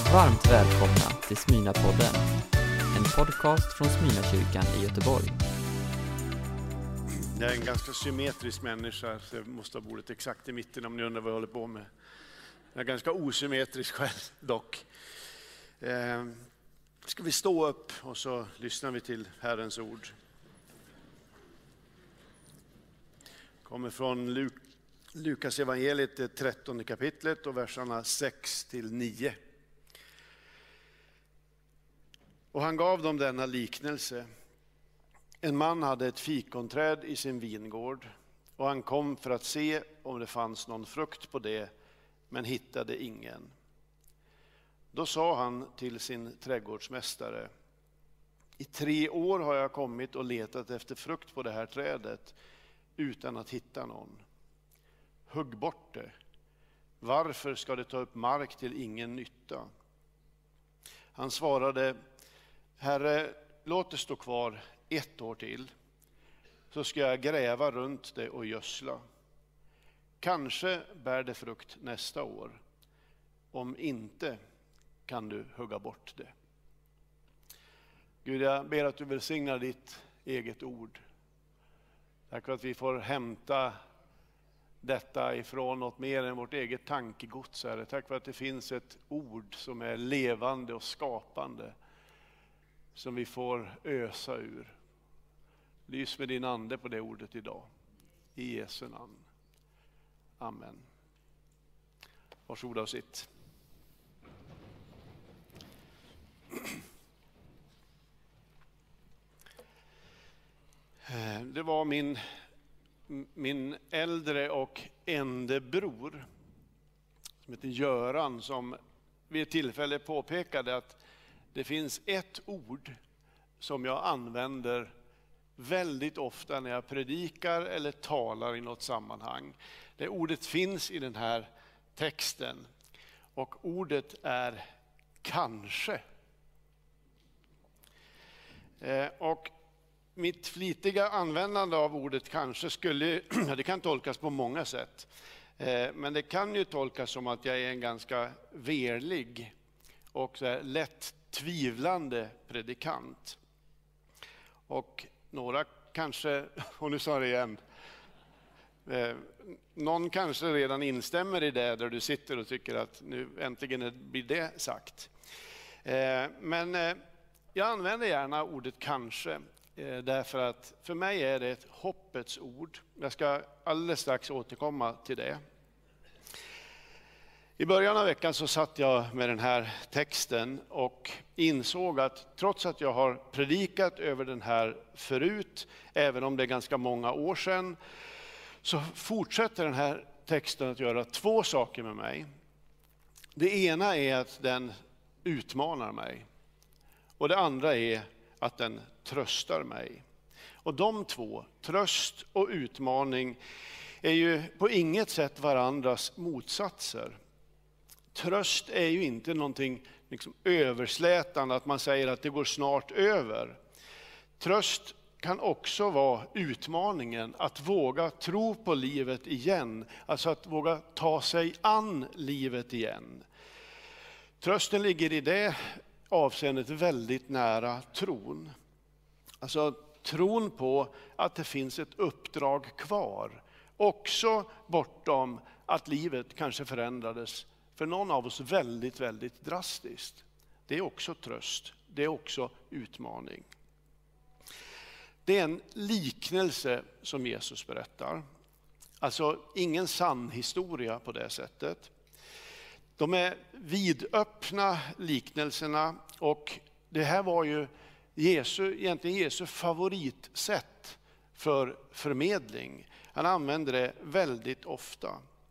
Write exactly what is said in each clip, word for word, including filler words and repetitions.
Varmt välkomna till Smyrna-podden, en podcast från Smyrna-kyrkan i Göteborg. Jag är en ganska symmetrisk människa, så jag måste ha bordet exakt i mitten om ni undrar vad jag håller på med. Jag är ganska osymmetrisk själv dock. Eh, ska vi stå upp och så lyssnar vi till Herrens ord. Kommer från Luk- Lukas evangeliet, det trettonde kapitlet och verserna sex till nio. Och han gav dem denna liknelse. En man hade ett fikonträd i sin vingård och han kom för att se om det fanns någon frukt på det, men hittade ingen. Då sa han till sin trädgårdsmästare: i tre år har jag kommit och letat efter frukt på det här trädet utan att hitta någon. Hugg bort det. Varför ska det ta upp mark till ingen nytta? Han svarade: Herre, låt det stå kvar ett år till, så ska jag gräva runt det och gödsla. Kanske bär det frukt nästa år. Om inte kan du hugga bort det. Gud, jag ber att du välsignar ditt eget ord. Tack för att vi får hämta detta ifrån något mer än vårt eget tankegods, Herre. Tack för att det finns ett ord som är levande och skapande, som vi får ösa ur. Lys med din ande på det ordet idag. I Jesu namn. Amen. Varsågoda och sitt. Det var min, min äldre och ende bror som heter Göran som vid ett tillfälle påpekade att det finns ett ord som jag använder väldigt ofta när jag predikar eller talar i något sammanhang. Det ordet finns i den här texten och ordet är kanske. Och mitt flitiga användande av ordet kanske skulle, det kan tolkas på många sätt. Men det kan ju tolkas som att jag är en ganska verlig och så här lätt tvivlande predikant. Och några kanske, och nu sa jag det igen, eh, någon kanske redan instämmer i det där du sitter och tycker att nu äntligen blir det sagt. Eh, men eh, jag använder gärna ordet kanske eh, därför att för mig är det ett hoppets ord. Jag ska alldeles strax återkomma till det. I början av veckan så satt jag med den här texten och insåg att trots att jag har predikat över den här förut, även om det är ganska många år sedan, så fortsätter den här texten att göra två saker med mig. Det ena är att den utmanar mig och det andra är att den tröstar mig. Och de två, tröst och utmaning, är ju på inget sätt varandras motsatser. Tröst är ju inte någonting liksom överslätande, att man säger att det går snart över. Tröst kan också vara utmaningen att våga tro på livet igen. Alltså att våga ta sig an livet igen. Trösten ligger i det avseendet väldigt nära tron. Alltså tron på att det finns ett uppdrag kvar. Också bortom att livet kanske förändrades för någon av oss väldigt, väldigt drastiskt. Det är också tröst. Det är också utmaning. Det är en liknelse som Jesus berättar. Alltså ingen sann historia på det sättet. De är vidöppna liknelserna och det här var ju Jesu, egentligen Jesu favoritsätt för förmedling. Han använder det väldigt ofta.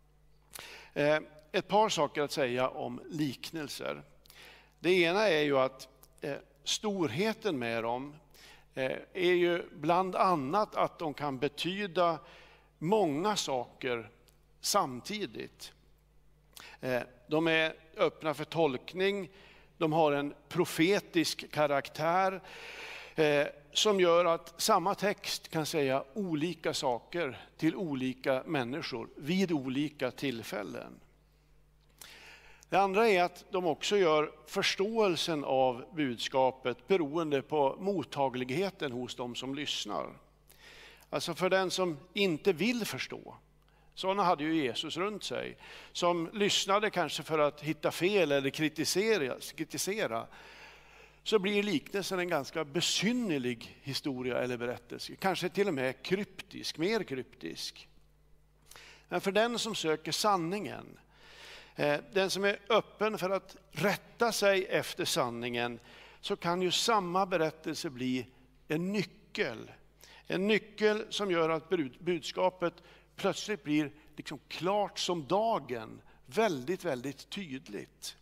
Eh, Ett par saker att säga om liknelser. Det ena är ju att eh, storheten med dem eh, är ju bland annat att de kan betyda många saker samtidigt. Eh, de är öppna för tolkning, de har en profetisk karaktär eh, som gör att samma text kan säga olika saker till olika människor vid olika tillfällen. Det andra är att de också gör förståelsen av budskapet beroende på mottagligheten hos de som lyssnar. Alltså för den som inte vill förstå. Sådana hade ju Jesus runt sig. Som lyssnade kanske för att hitta fel eller kritisera. kritisera så blir liknelsen en ganska besynnerlig historia eller berättelse. Kanske till och med kryptisk, mer kryptisk. Men för den som söker sanningen, den som är öppen för att rätta sig efter sanningen, så kan ju samma berättelse bli en nyckel. En nyckel som gör att budskapet plötsligt blir liksom klart som dagen, väldigt, väldigt tydligt.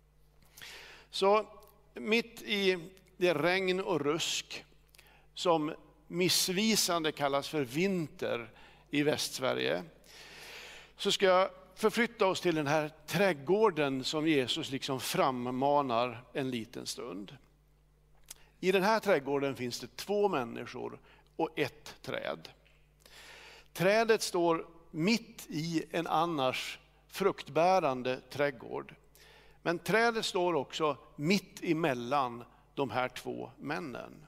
Så mitt i det regn och rusk som missvisande kallas för vinter i Västsverige, så ska jag förflytta oss till den här trädgården som Jesus liksom frammanar en liten stund. I den här trädgården finns det två människor och ett träd. Trädet står mitt i en annars fruktbärande trädgård. Men trädet står också mitt emellan de här två männen.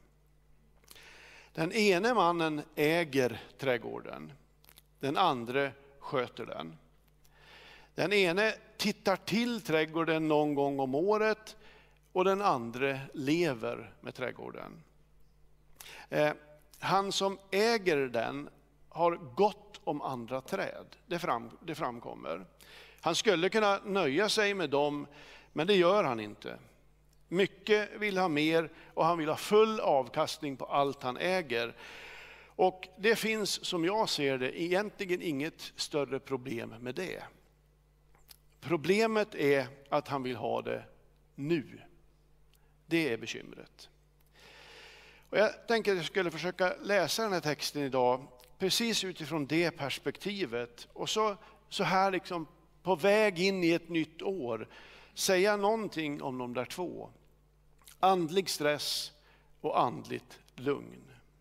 Den ene mannen äger trädgården. Den andra sköter den. Den ene tittar till trädgården någon gång om året och den andra lever med trädgården. Eh, han som äger den har gott om andra träd, det, fram, det framkommer. Han skulle kunna nöja sig med dem, men det gör han inte. Mycket vill ha mer och han vill ha full avkastning på allt han äger. Och det finns, som jag ser det, egentligen inget större problem med det. Problemet är att han vill ha det nu. Det är bekymret. Och jag tänker att jag skulle försöka läsa den här texten idag precis utifrån det perspektivet. Och så, så här liksom på väg in i ett nytt år säga någonting om de där två. Andlig stress och andligt lugn.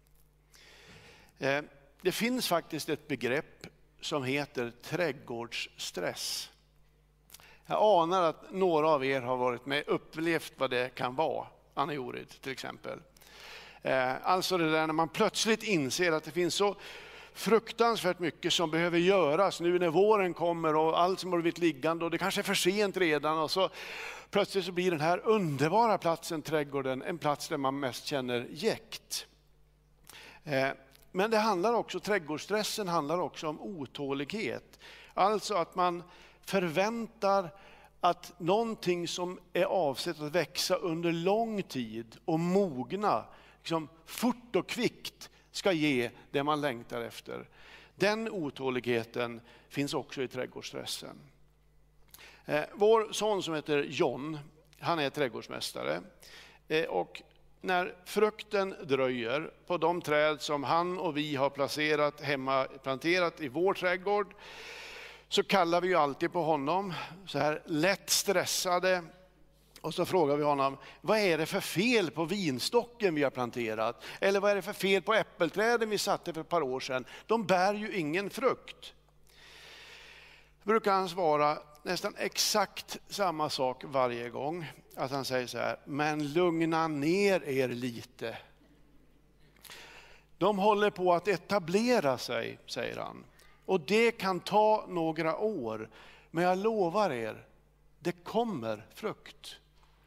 Det finns faktiskt ett begrepp som heter trädgårdsstress. Jag anar att några av er har varit med och upplevt vad det kan vara. Anna Jorid till exempel. Alltså det där när man plötsligt inser att det finns så fruktansvärt mycket som behöver göras nu när våren kommer och allt som har blivit liggande och det kanske är för sent redan, och så plötsligt så blir den här underbara platsen, trädgården, en plats där man mest känner jäkt. Men det handlar också, trädgårdsstressen handlar också om otålighet. Alltså att man förväntar att någonting som är avsett att växa under lång tid och mogna liksom fort och kvickt ska ge det man längtar efter. Den otåligheten finns också i trädgårdsstressen. Vår son som heter John, han är trädgårdsmästare. Och när frukten dröjer på de träd som han och vi har placerat hemma, planterat i vår trädgård, så kallar vi ju alltid på honom, så här lätt stressade. Och så frågar vi honom, vad är det för fel på vinstocken vi har planterat? Eller vad är det för fel på äppelträden vi satte för ett par år sedan? De bär ju ingen frukt. Då brukar han svara nästan exakt samma sak varje gång. Att han säger så här, men lugna ner er lite. De håller på att etablera sig, säger han. Och det kan ta några år. Men jag lovar er, det kommer frukt.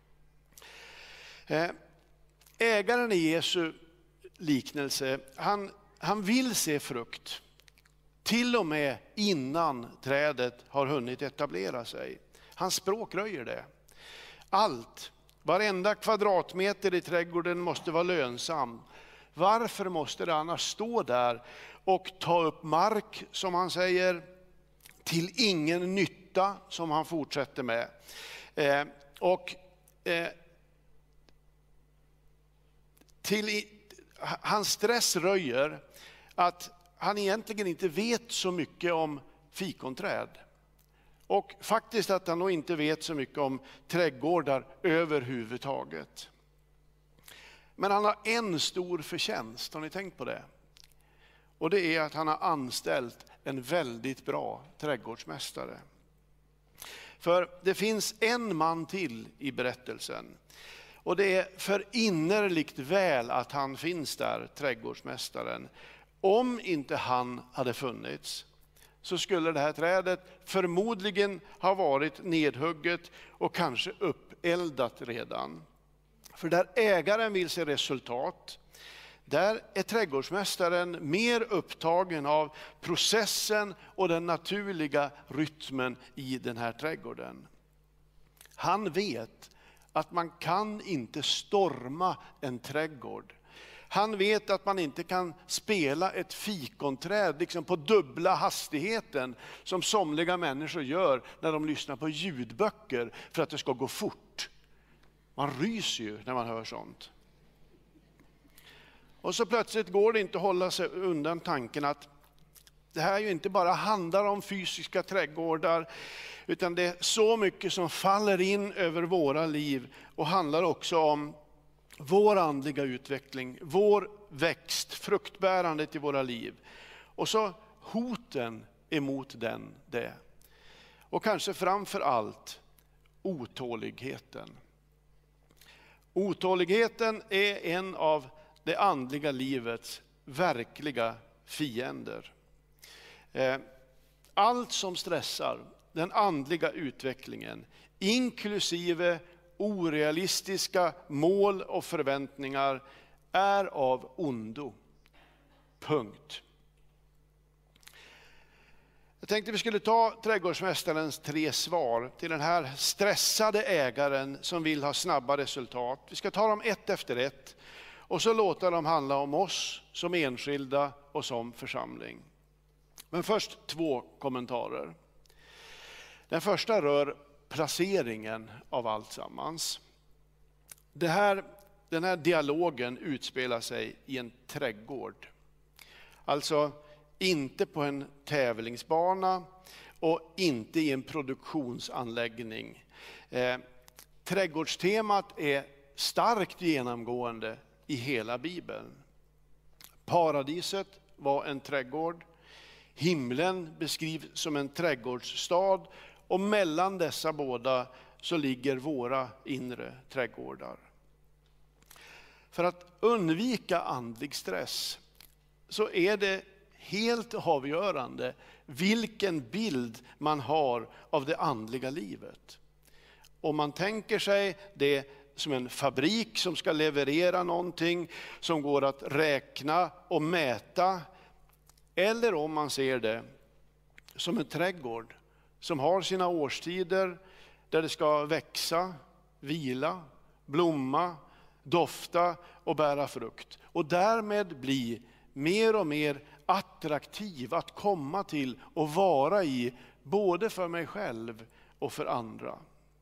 Ägaren i Jesu liknelse, han, han vill se frukt. Till och med innan trädet har hunnit etablera sig. Hans språk röjer det. Allt, varenda kvadratmeter i trädgården måste vara lönsam. Varför måste det annars stå där och ta upp mark, som han säger, till ingen nytta, som han fortsätter med. Eh, och eh, till, hans stress röjer att han egentligen inte vet så mycket om fikonträd. Och faktiskt att han nog inte vet så mycket om trädgårdar överhuvudtaget. Men han har en stor förtjänst, har ni tänkt på det? Och det är att han har anställt en väldigt bra trädgårdsmästare. För det finns en man till i berättelsen. Och det är för innerligt väl att han finns där, trädgårdsmästaren. Om inte han hade funnits så skulle det här trädet förmodligen ha varit nedhugget och kanske uppeldat redan. För där ägaren vill se resultat, där är trädgårdsmästaren mer upptagen av processen och den naturliga rytmen i den här trädgården. Han vet att man kan inte storma en trädgård. Han vet att man inte kan spela ett fikonträd liksom på dubbla hastigheten som somliga människor gör när de lyssnar på ljudböcker för att det ska gå fort. Man ryser ju när man hör sånt. Och så plötsligt går det inte att hålla sig undan tanken att det här ju inte bara handlar om fysiska trädgårdar, utan det är så mycket som faller in över våra liv och handlar också om vår andliga utveckling, vår växt, fruktbärandet i våra liv. Och så hoten emot den det. Och kanske framför allt otåligheten. Otåligheten är en av det andliga livets verkliga fiender. Allt som stressar den andliga utvecklingen, inklusive orealistiska mål och förväntningar, är av ondo. Punkt. Jag tänkte vi skulle ta trädgårdsmästarens tre svar till den här stressade ägaren som vill ha snabba resultat. Vi ska ta dem ett efter ett och så låta dem handla om oss som enskilda och som församling. Men först två kommentarer. Den första rör placeringen av allt sammans. Det här, den här dialogen utspelar sig i en trädgård. Alltså inte på en tävlingsbana och inte i en produktionsanläggning. Eh, trädgårdstemat är starkt genomgående i hela Bibeln. Paradiset var en trädgård. Himlen beskrivs som en trädgårdsstad. Och mellan dessa båda så ligger våra inre trädgårdar. För att undvika andlig stress så är det helt avgörande vilken bild man har av det andliga livet. Om man tänker sig det som en fabrik som ska leverera någonting som går att räkna och mäta, eller om man ser det som en trädgård som har sina årstider där det ska växa, vila, blomma, dofta och bära frukt. Och därmed bli mer och mer attraktiv att komma till och vara i, både för mig själv och för andra.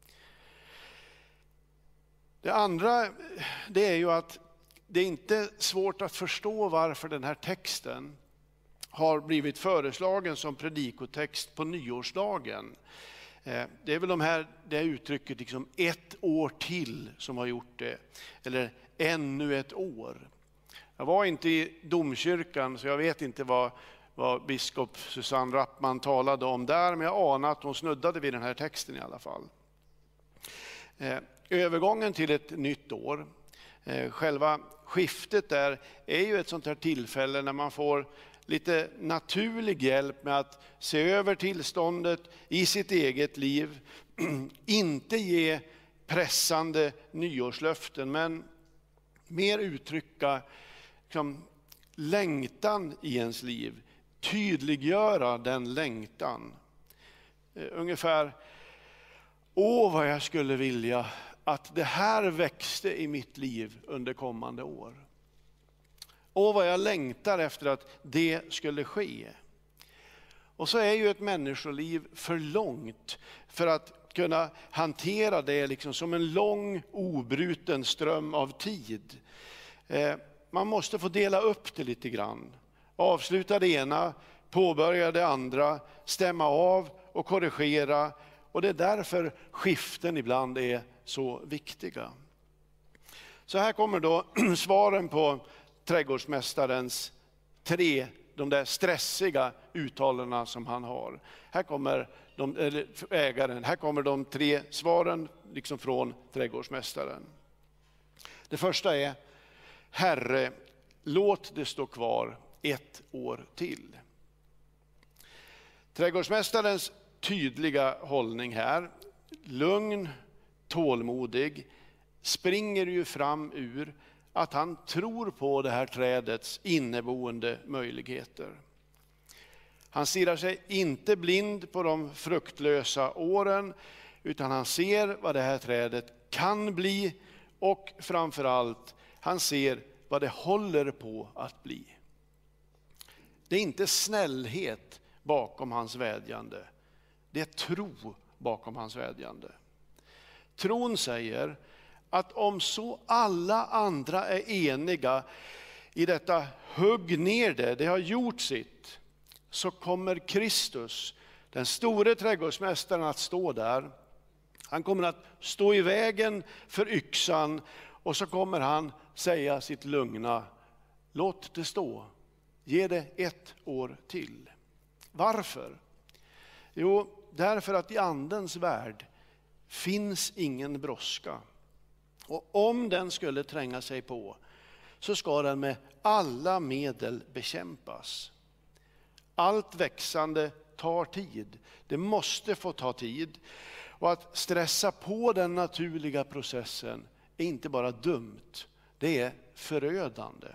Det andra, det är ju att det är inte svårt att förstå varför den här texten har blivit föreslagen som predikotext på nyårsdagen. Det är väl de här, det här uttrycket liksom ett år till som har gjort det. Eller ännu ett år. Jag var inte i domkyrkan så jag vet inte vad, vad biskop Susanne Rappman talade om där. Men jag anar att hon snuddade vid den här texten i alla fall. Övergången till ett nytt år. Själva skiftet där är ju ett sånt här tillfälle när man får lite naturlig hjälp med att se över tillståndet i sitt eget liv. Inte ge pressande nyårslöften, men mer uttrycka liksom, längtan i ens liv. Tydliggöra den längtan. Ungefär, åh vad jag skulle vilja att det här växte i mitt liv under kommande år. Och vad jag längtar efter att det skulle ske. Och så är ju ett människoliv för långt för att kunna hantera det liksom som en lång obruten ström av tid. Eh, man måste få dela upp det lite grann. Avsluta det ena, påbörja det andra, stämma av och korrigera. Och det är därför skiften ibland är så viktiga. Så här kommer då svaren på trädgårdsmästarens tre de där stressiga uttalandena som han har. Här kommer de, eller ägaren, här kommer de tre svaren liksom från trädgårdsmästaren. Det första är: Herre, låt det stå kvar ett år till. Trädgårdsmästarens tydliga hållning här, lugn, tålmodig, springer ju fram ur att han tror på det här trädets inneboende möjligheter. Han stirrar sig inte blind på de fruktlösa åren, utan han ser vad det här trädet kan bli, och framförallt han ser vad det håller på att bli. Det är inte snällhet bakom hans vädjande, det är tro bakom hans vädjande. Tron säger att om så alla andra är eniga i detta, hugg ner det, det har gjort sitt, så kommer Kristus, den store trädgårdsmästaren, att stå där. Han kommer att stå i vägen för yxan, och så kommer han säga sitt lugna: låt det stå, ge det ett år till. Varför? Jo, därför att i andens värld finns ingen brådska. Och om den skulle tränga sig på, så ska den med alla medel bekämpas. Allt växande tar tid. Det måste få ta tid. Och att stressa på den naturliga processen är inte bara dumt, det är förödande.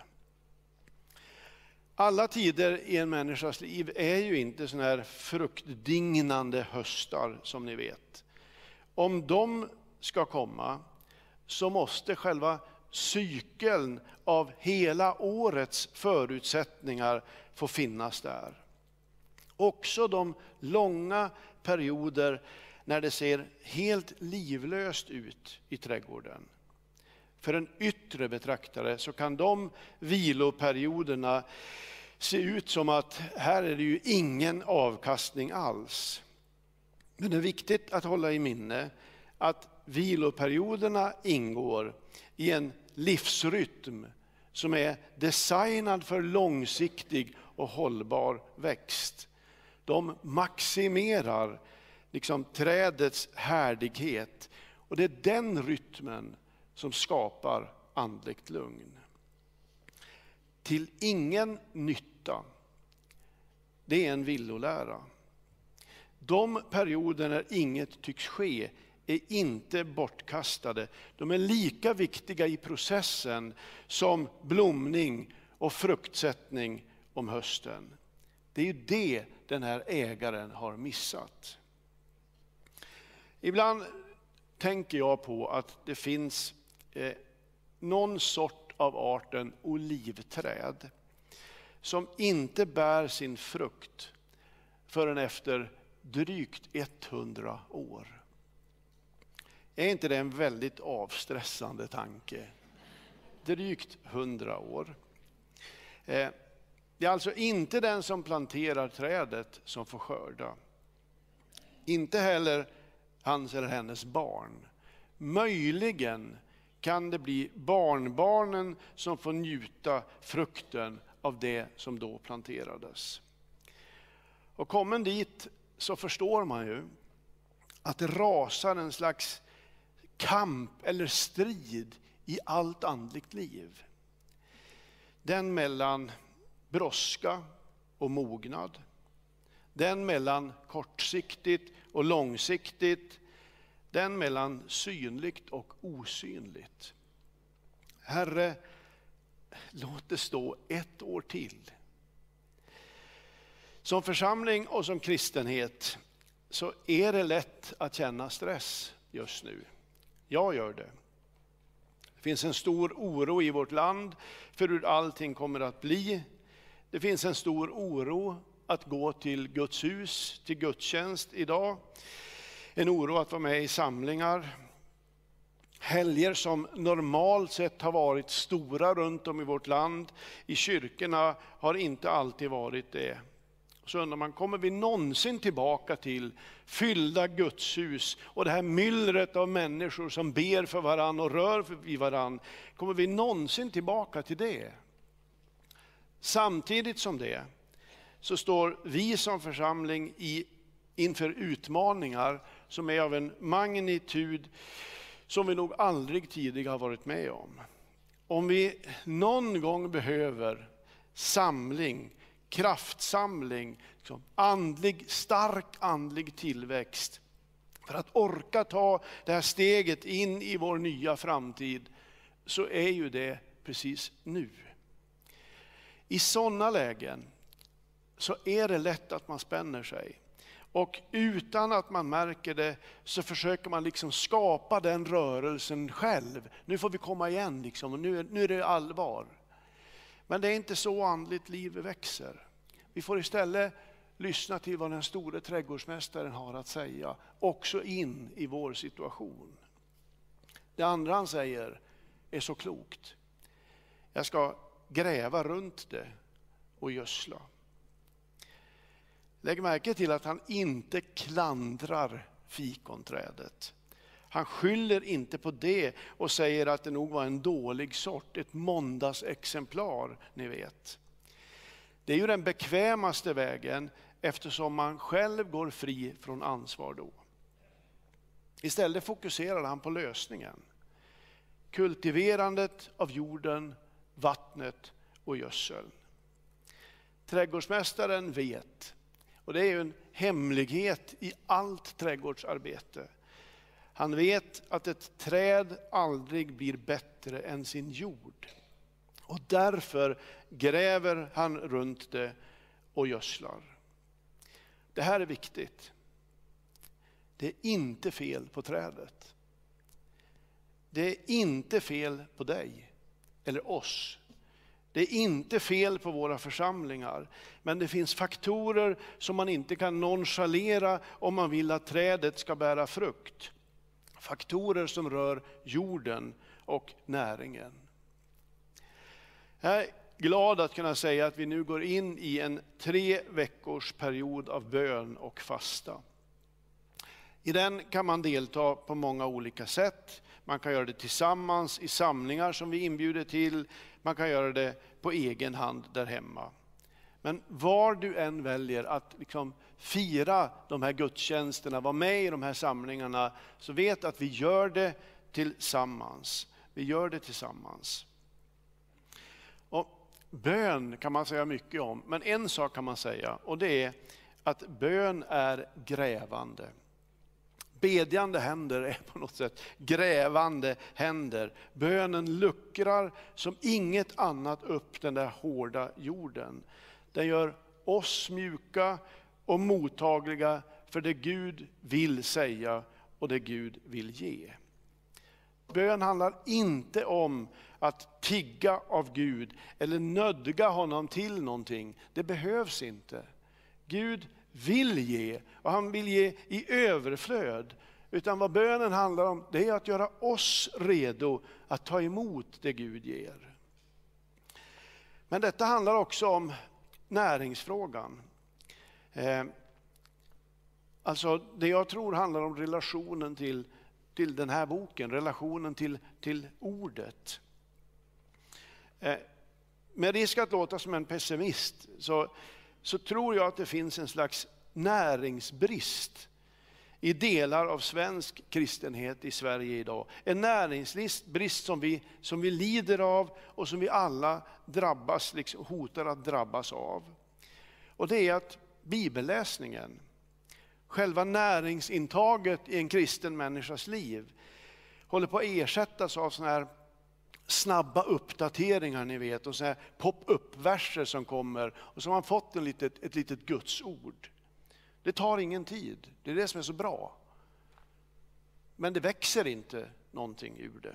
Alla tider i en människas liv är ju inte såna här fruktdignande höstar som ni vet. Om de ska komma, så måste själva cykeln av hela årets förutsättningar få finnas där. Också de långa perioder när det ser helt livlöst ut i trädgården. För en yttre betraktare så kan de viloperioderna se ut som att här är det ju ingen avkastning alls. Men det är viktigt att hålla i minne att viloperioderna ingår i en livsrytm som är designad för långsiktig och hållbar växt. De maximerar liksom trädets härdighet, och det är den rytmen som skapar andligt lugn. Till ingen nytta, det är en villolära. De perioder när inget tycks ske är inte bortkastade. De är lika viktiga i processen som blomning och fruktsättning om hösten. Det är ju det den här ägaren har missat. Ibland tänker jag på att det finns eh, någon sort av arten olivträd som inte bär sin frukt förrän efter drygt hundra år. Är inte det en väldigt avstressande tanke? Drygt hundra år. Eh, det är alltså inte den som planterar trädet som får skörda. Inte heller hans eller hennes barn. Möjligen kan det bli barnbarnen som får njuta frukten av det som då planterades. Och kommen dit så förstår man ju att det rasar en slags kamp eller strid i allt andligt liv. Den mellan brådska och mognad. Den mellan kortsiktigt och långsiktigt. Den mellan synligt och osynligt. Herre, låt det stå ett år till. Som församling och som kristenhet så är det lätt att känna stress just nu. Jag gör det. Det finns en stor oro i vårt land för hur allting kommer att bli. Det finns en stor oro att gå till Guds hus, till gudstjänst idag. En oro att vara med i samlingar. Helger som normalt sett har varit stora runt om i vårt land. I kyrkorna har inte alltid varit det. Så undrar man, kommer vi någonsin tillbaka till fyllda gudshus och det här myllret av människor som ber för varann och rör vid varann? Kommer vi någonsin tillbaka till det? Samtidigt som det så står vi som församling i, inför utmaningar som är av en magnitud som vi nog aldrig tidigare har varit med om. Om vi någon gång behöver samling, kraftsamling, liksom andlig, stark andlig tillväxt för att orka ta det här steget in i vår nya framtid, så är ju det precis nu. I sådana lägen så är det lätt att man spänner sig. Och utan att man märker det så försöker man liksom skapa den rörelsen själv. Nu får vi komma igen liksom, och nu, nu är det allvar. Men det är inte så andligt liv växer. Vi får istället lyssna till vad den store trädgårdsmästaren har att säga, också in i vår situation. Det andra han säger är så klokt. Jag ska gräva runt det och gödsla. Lägg märke till att han inte klandrar fikonträdet. Han skyller inte på det och säger att det nog var en dålig sort, ett måndagsexemplar, ni vet. Det är ju den bekvämaste vägen eftersom man själv går fri från ansvar då. Istället fokuserar han på lösningen. Kultiverandet av jorden, vattnet och gödsel. Trädgårdsmästaren vet, och det är ju en hemlighet i allt trädgårdsarbete. Han vet att ett träd aldrig blir bättre än sin jord. Och därför gräver han runt det och gödslar. Det här är viktigt. Det är inte fel på trädet. Det är inte fel på dig eller oss. Det är inte fel på våra församlingar. Men det finns faktorer som man inte kan nonchalera om man vill att trädet ska bära frukt. Faktorer som rör jorden och näringen. Jag är glad att kunna säga att vi nu går in i en tre veckors period av bön och fasta. I den kan man delta på många olika sätt. Man kan göra det tillsammans i samlingar som vi inbjuder till. Man kan göra det på egen hand där hemma. Men var du än väljer att liksom fira de här gudstjänsterna, vara med i de här samlingarna, så vet att vi gör det tillsammans. Vi gör det tillsammans. Och bön kan man säga mycket om, men en sak kan man säga, och det är att bön är grävande. Bedjande händer är på något sätt grävande händer. Bönen luckrar som inget annat upp den där hårda jorden. Den gör oss mjuka och mottagliga för det Gud vill säga och det Gud vill ge. Bön handlar inte om att tigga av Gud eller nödga honom till någonting. Det behövs inte. Gud vill ge, och han vill ge i överflöd. Utan vad bönen handlar om, det är att göra oss redo att ta emot det Gud ger. Men detta handlar också om näringsfrågan. Eh, alltså det jag tror handlar om relationen till, till den här boken, relationen till, till ordet. Eh, med risk att låta som en pessimist så så tror jag att det finns en slags näringsbrist i delar av svensk kristenhet i Sverige idag. En näringsbrist som vi, som vi lider av och som vi alla drabbas, liksom hotar att drabbas av. Och det är att bibelläsningen, själva näringsintaget i en kristen människas liv, håller på att ersättas av såna här snabba uppdateringar, ni vet, och så här pop-up-verser som kommer, och så har man fått en litet, ett litet Guds ord. Det tar ingen tid, det är det som är så bra. Men det växer inte någonting ur det.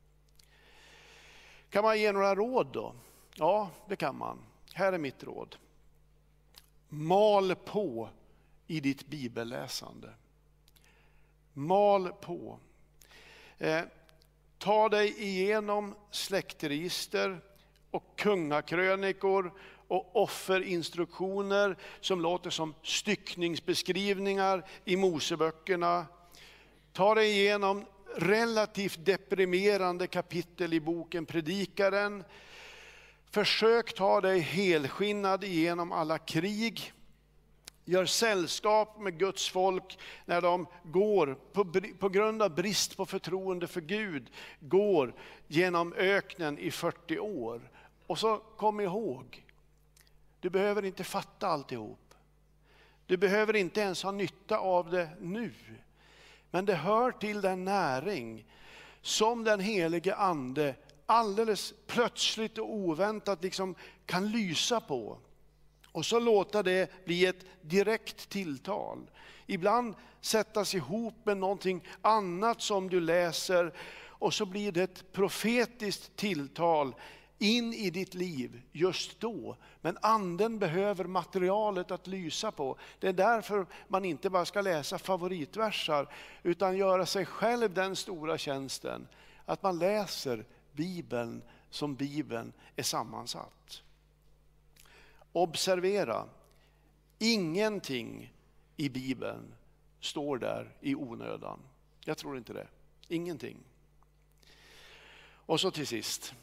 Kan man ge några råd då? Ja, det kan man. Här är mitt råd. Mal på i ditt bibelläsande. Mal på. Eh, Ta dig igenom släktregister och kungakrönikor och offerinstruktioner som låter som styckningsbeskrivningar i Moseböckerna. Ta dig igenom relativt deprimerande kapitel i boken Predikaren. Försök ta dig helskinnad igenom alla krig. Gör sällskap med Guds folk när de går, på, på grund av brist på förtroende för Gud, går genom öknen i fyrtio år. Och så kom ihåg, du behöver inte fatta alltihop. Du behöver inte ens ha nytta av det nu. Men det hör till den näring som den helige ande alldeles plötsligt och oväntat liksom kan lysa på. Och så låta det bli ett direkt tilltal. Ibland sättas ihop med någonting annat som du läser. Och så blir det ett profetiskt tilltal in i ditt liv just då. Men anden behöver materialet att lysa på. Det är därför man inte bara ska läsa favoritversar, utan göra sig själv den stora tjänsten att man läser Bibeln som Bibeln är sammansatt. Observera, ingenting i Bibeln står där i onödan. Jag tror inte det. Ingenting. Och så till sist.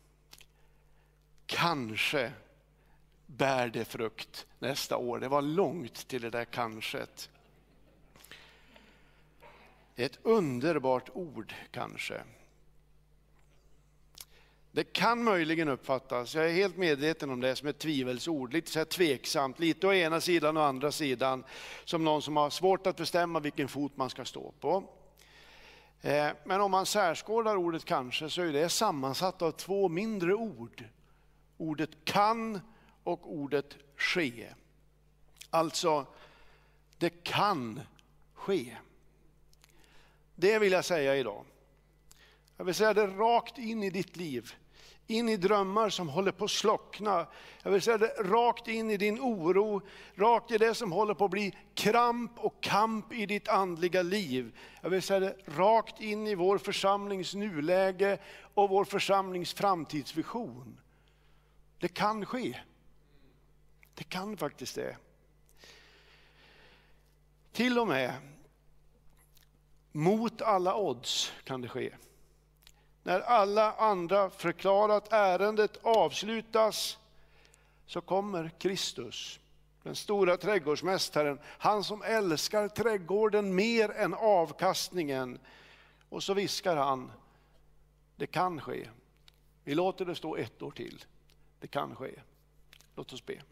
Kanske bär det frukt nästa år. Det var långt till det där kansket. Ett underbart ord kanske. Det kan möjligen uppfattas, jag är helt medveten om det, som ett tvivelsord, lite så här tveksamt, lite å ena sidan och andra sidan, som någon som har svårt att bestämma vilken fot man ska stå på. Men om man särskådar ordet kanske så är det sammansatt av två mindre ord. Ordet kan och ordet ske. Alltså, det kan ske. Det vill jag säga idag. Jag vill säga det rakt in i ditt liv. In i drömmar som håller på att slockna. Jag vill säga det rakt in i din oro. Rakt i det som håller på att bli kramp och kamp i ditt andliga liv. Jag vill säga det rakt in i vår församlings nuläge och vår församlings framtidsvision. Det kan ske. Det kan faktiskt det. Till och med mot alla odds kan det ske. När alla andra förklarat ärendet avslutas så kommer Kristus, den stora trädgårdsmästaren, han som älskar trädgården mer än avkastningen. Och så viskar han, det kan ske. Vi låter det stå ett år till. Det kan ske. Låt oss be.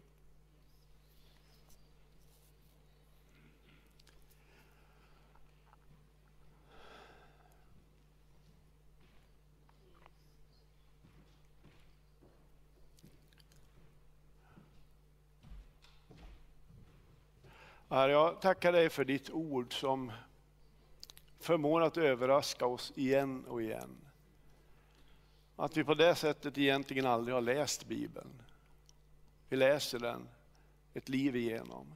Herre, jag tackar dig för ditt ord som förmår att överraska oss igen och igen. Att vi på det sättet egentligen aldrig har läst Bibeln. Vi läser den ett liv igenom.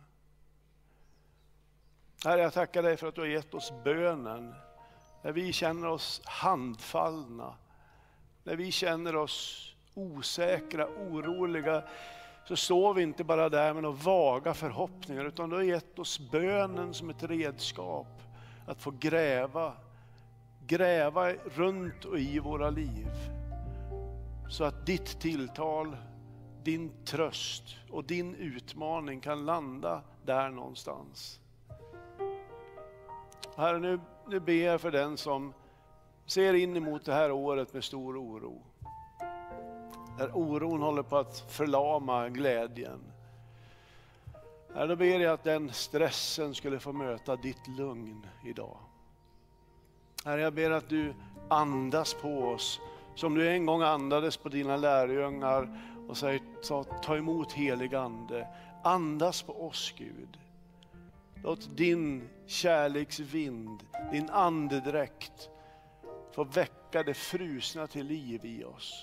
Herre, jag tackar dig för att du har gett oss bönen. När vi känner oss handfallna. När vi känner oss osäkra, oroliga. Så står vi inte bara där med några vaga förhoppningar, utan du har gett oss bönen som ett redskap att få gräva, gräva runt och i våra liv. Så att ditt tilltal, din tröst och din utmaning kan landa där någonstans. Herre, nu, nu ber jag för den som ser in emot det här året med stor oro. Där oron håller på att förlama glädjen. Herre, då ber jag att den stressen skulle få möta ditt lugn idag. Herre, jag ber att du andas på oss som du en gång andades på dina lärjungar och säger, ta emot helig ande. Andas på oss, Gud. Låt din kärleksvind, din andedräkt få väcka det frusna till liv i oss.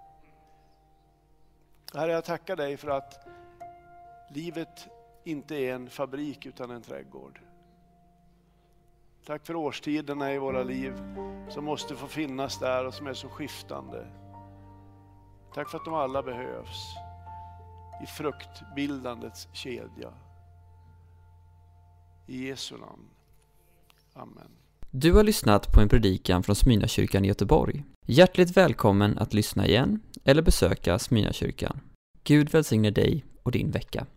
Herre, jag tackar dig för att livet inte är en fabrik utan en trädgård. Tack för årstiderna i våra liv som måste få finnas där och som är så skiftande. Tack för att de alla behövs i fruktbildandets kedja. I Jesu namn. Amen. Du har lyssnat på en predikan från Smyrnakyrkan i Göteborg. Hjärtligt välkommen att lyssna igen eller besöka Smyrnakyrkan. Gud välsigne dig och din vecka.